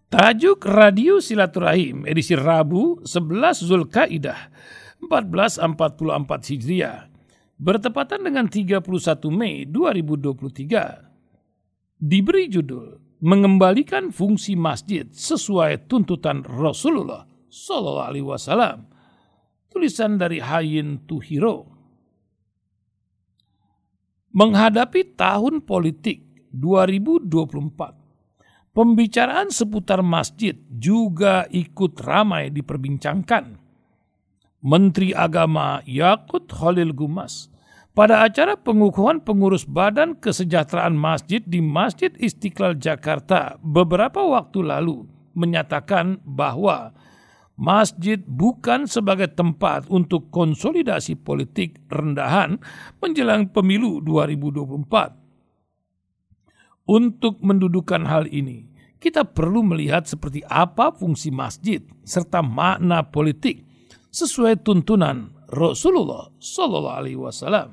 Tajuk Radio Silaturahim edisi Rabu 11 Zulkaidah 1444 Hijriah bertepatan dengan 31 Mei 2023 diberi judul Mengembalikan Fungsi Masjid Sesuai Tuntutan Rasulullah Sallallahu Alaihi Wasallam. Tulisan dari Hayin Tuhiro. Menghadapi tahun politik 2024, pembicaraan seputar masjid juga ikut ramai diperbincangkan. Menteri Agama Yakut Khalil Gumas pada acara pengukuhan pengurus Badan Kesejahteraan Masjid di Masjid Istiqlal Jakarta beberapa waktu lalu menyatakan bahwa masjid bukan sebagai tempat untuk konsolidasi politik rendahan menjelang pemilu 2024. Untuk mendudukan hal ini, kita perlu melihat seperti apa fungsi masjid serta makna politik sesuai tuntunan Rasulullah Sallallahu Alaihi Wasallam.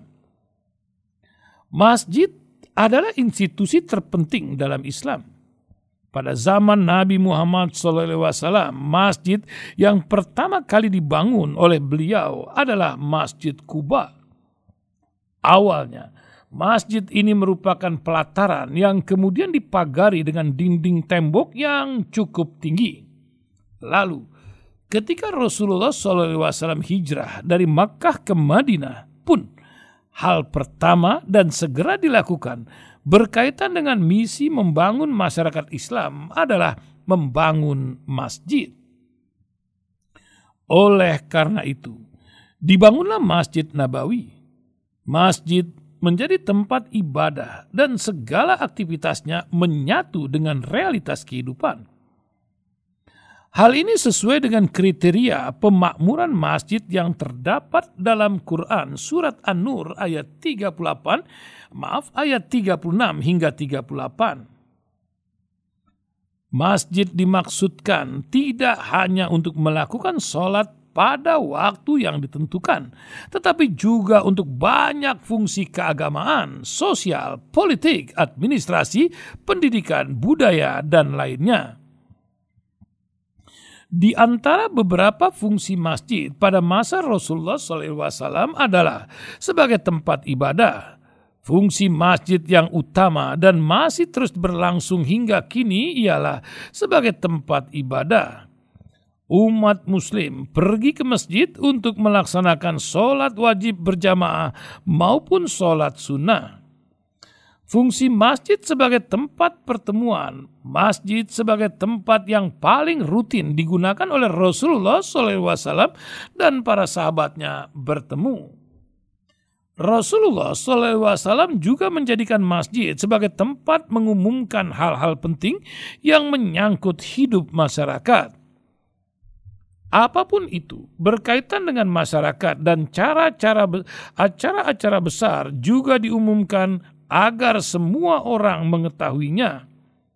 Masjid adalah institusi terpenting dalam Islam. Pada zaman Nabi Muhammad Sallallahu Alaihi Wasallam, masjid yang pertama kali dibangun oleh beliau adalah Masjid Quba. Awalnya, masjid ini merupakan pelataran yang kemudian dipagari dengan dinding tembok yang cukup tinggi. Lalu, ketika Rasulullah SAW hijrah dari Makkah ke Madinah pun, hal pertama dan segera dilakukan berkaitan dengan misi membangun masyarakat Islam adalah membangun masjid. Oleh karena itu, dibangunlah Masjid Nabawi. Masjid menjadi tempat ibadah dan segala aktivitasnya menyatu dengan realitas kehidupan. Hal ini sesuai dengan kriteria pemakmuran masjid yang terdapat dalam Quran Surat An-Nur ayat 36 hingga 38. Masjid dimaksudkan tidak hanya untuk melakukan sholat pada waktu yang ditentukan, tetapi juga untuk banyak fungsi keagamaan, sosial, politik, administrasi, pendidikan, budaya, dan lainnya. Di antara beberapa fungsi masjid pada masa Rasulullah SAW adalah sebagai tempat ibadah. Fungsi masjid yang utama dan masih terus berlangsung hingga kini ialah sebagai tempat ibadah. Umat muslim pergi ke masjid untuk melaksanakan sholat wajib berjamaah maupun sholat sunnah. Fungsi masjid sebagai tempat pertemuan, masjid sebagai tempat yang paling rutin digunakan oleh Rasulullah SAW dan para sahabatnya bertemu. Rasulullah SAW juga menjadikan masjid sebagai tempat mengumumkan hal-hal penting yang menyangkut hidup masyarakat. Apapun itu, berkaitan dengan masyarakat dan acara-acara besar juga diumumkan agar semua orang mengetahuinya.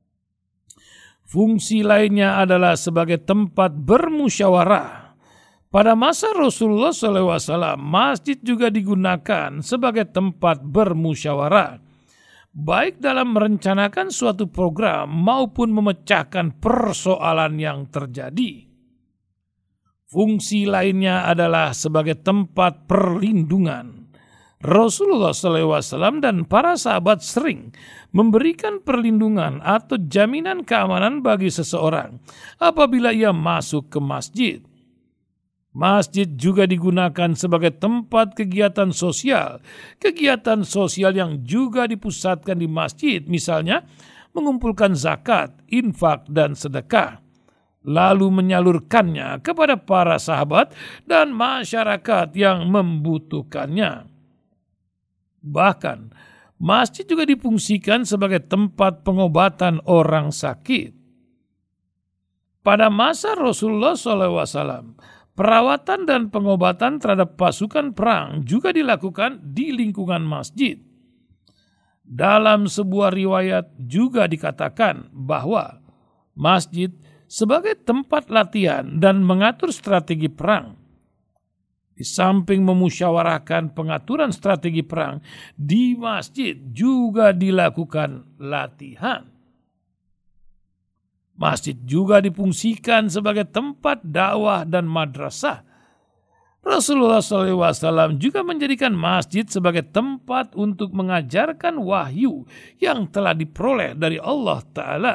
Fungsi lainnya adalah sebagai tempat bermusyawarah. Pada masa Rasulullah SAW, masjid juga digunakan sebagai tempat bermusyawarah, baik dalam merencanakan suatu program maupun memecahkan persoalan yang terjadi. Fungsi lainnya adalah sebagai tempat perlindungan. Rasulullah SAW dan para sahabat sering memberikan perlindungan atau jaminan keamanan bagi seseorang apabila ia masuk ke masjid. Masjid juga digunakan sebagai tempat kegiatan sosial. Kegiatan sosial yang juga dipusatkan di masjid, misalnya mengumpulkan zakat, infak, dan sedekah, lalu menyalurkannya kepada para sahabat dan masyarakat yang membutuhkannya. Bahkan, masjid juga difungsikan sebagai tempat pengobatan orang sakit. Pada masa Rasulullah SAW, perawatan dan pengobatan terhadap pasukan perang juga dilakukan di lingkungan masjid. Dalam sebuah riwayat juga dikatakan bahwa masjid sebagai tempat latihan dan mengatur strategi perang. Di samping memusyawarahkan pengaturan strategi perang, di masjid juga dilakukan latihan. Masjid juga difungsikan sebagai tempat dakwah dan madrasah. Rasulullah SAW juga menjadikan masjid sebagai tempat untuk mengajarkan wahyu yang telah diperoleh dari Allah Ta'ala.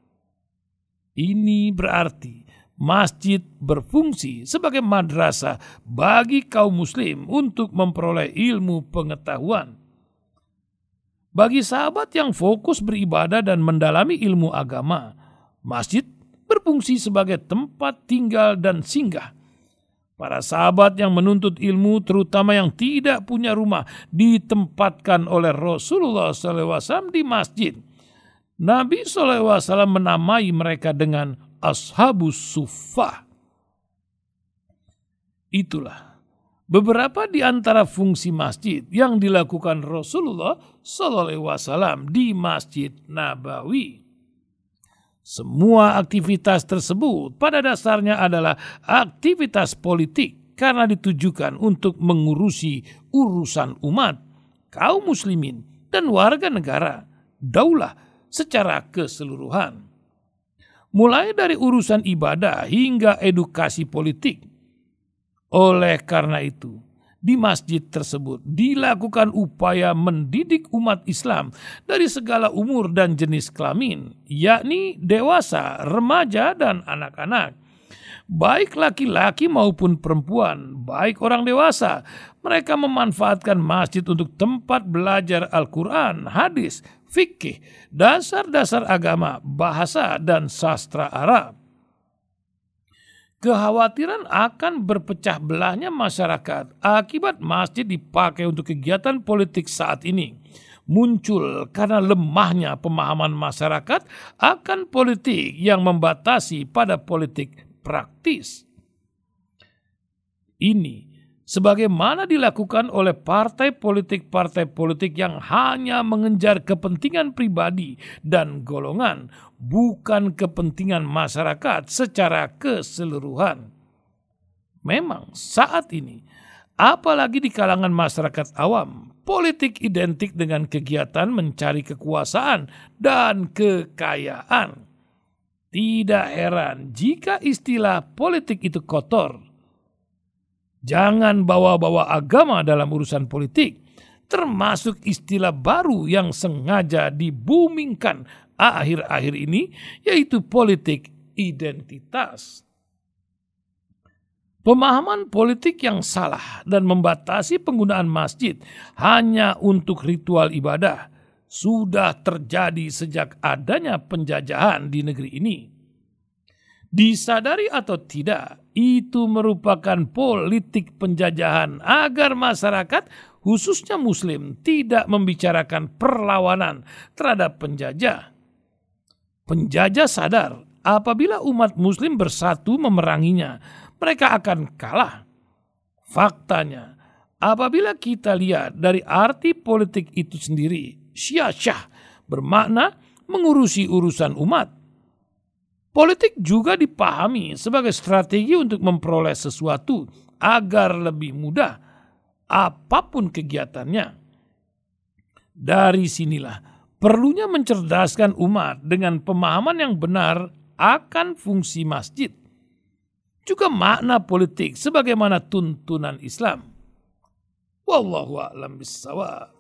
Ini berarti masjid berfungsi sebagai madrasah bagi kaum muslim untuk memperoleh ilmu pengetahuan. Bagi sahabat yang fokus beribadah dan mendalami ilmu agama, masjid berfungsi sebagai tempat tinggal dan singgah. Para sahabat yang menuntut ilmu, terutama yang tidak punya rumah, ditempatkan oleh Rasulullah SAW di masjid. Nabi SAW menamai mereka dengan Ashabus Suffah. Itulah beberapa di antara fungsi masjid yang dilakukan Rasulullah SAW di Masjid Nabawi. Semua aktivitas tersebut pada dasarnya adalah aktivitas politik karena ditujukan untuk mengurusi urusan umat, kaum muslimin, dan warga negara, daulah secara keseluruhan. Mulai dari urusan ibadah hingga edukasi politik. Oleh karena itu, di masjid tersebut dilakukan upaya mendidik umat Islam dari segala umur dan jenis kelamin, yakni dewasa, remaja, dan anak-anak. Baik laki-laki maupun perempuan, baik orang dewasa, mereka memanfaatkan masjid untuk tempat belajar Al-Quran, hadis, fikih, dasar-dasar agama, bahasa, dan sastra Arab. Kekhawatiran akan berpecah belahnya masyarakat akibat masjid dipakai untuk kegiatan politik saat ini muncul karena lemahnya pemahaman masyarakat akan politik yang membatasi pada politik praktis. Ini sebagaimana dilakukan oleh partai politik yang hanya mengejar kepentingan pribadi dan golongan, bukan kepentingan masyarakat secara keseluruhan. Memang saat ini, apalagi di kalangan masyarakat awam, politik identik dengan kegiatan mencari kekuasaan dan kekayaan. Tidak heran jika istilah politik itu kotor. Jangan bawa-bawa agama dalam urusan politik, termasuk istilah baru yang sengaja dibumingkan akhir-akhir ini, yaitu politik identitas. Pemahaman politik yang salah dan membatasi penggunaan masjid hanya untuk ritual ibadah sudah terjadi sejak adanya penjajahan di negeri ini. Disadari atau tidak, itu merupakan politik penjajahan agar masyarakat, khususnya muslim, tidak membicarakan perlawanan terhadap penjajah. Penjajah sadar apabila umat muslim bersatu memeranginya, mereka akan kalah. Faktanya, apabila kita lihat dari arti politik itu sendiri, syiah bermakna mengurusi urusan umat. Politik juga dipahami sebagai strategi untuk memperoleh sesuatu agar lebih mudah apapun kegiatannya. Dari sinilah perlunya mencerdaskan umat dengan pemahaman yang benar akan fungsi masjid. Juga makna politik sebagaimana tuntunan Islam. Wallahu a'lam bishawab.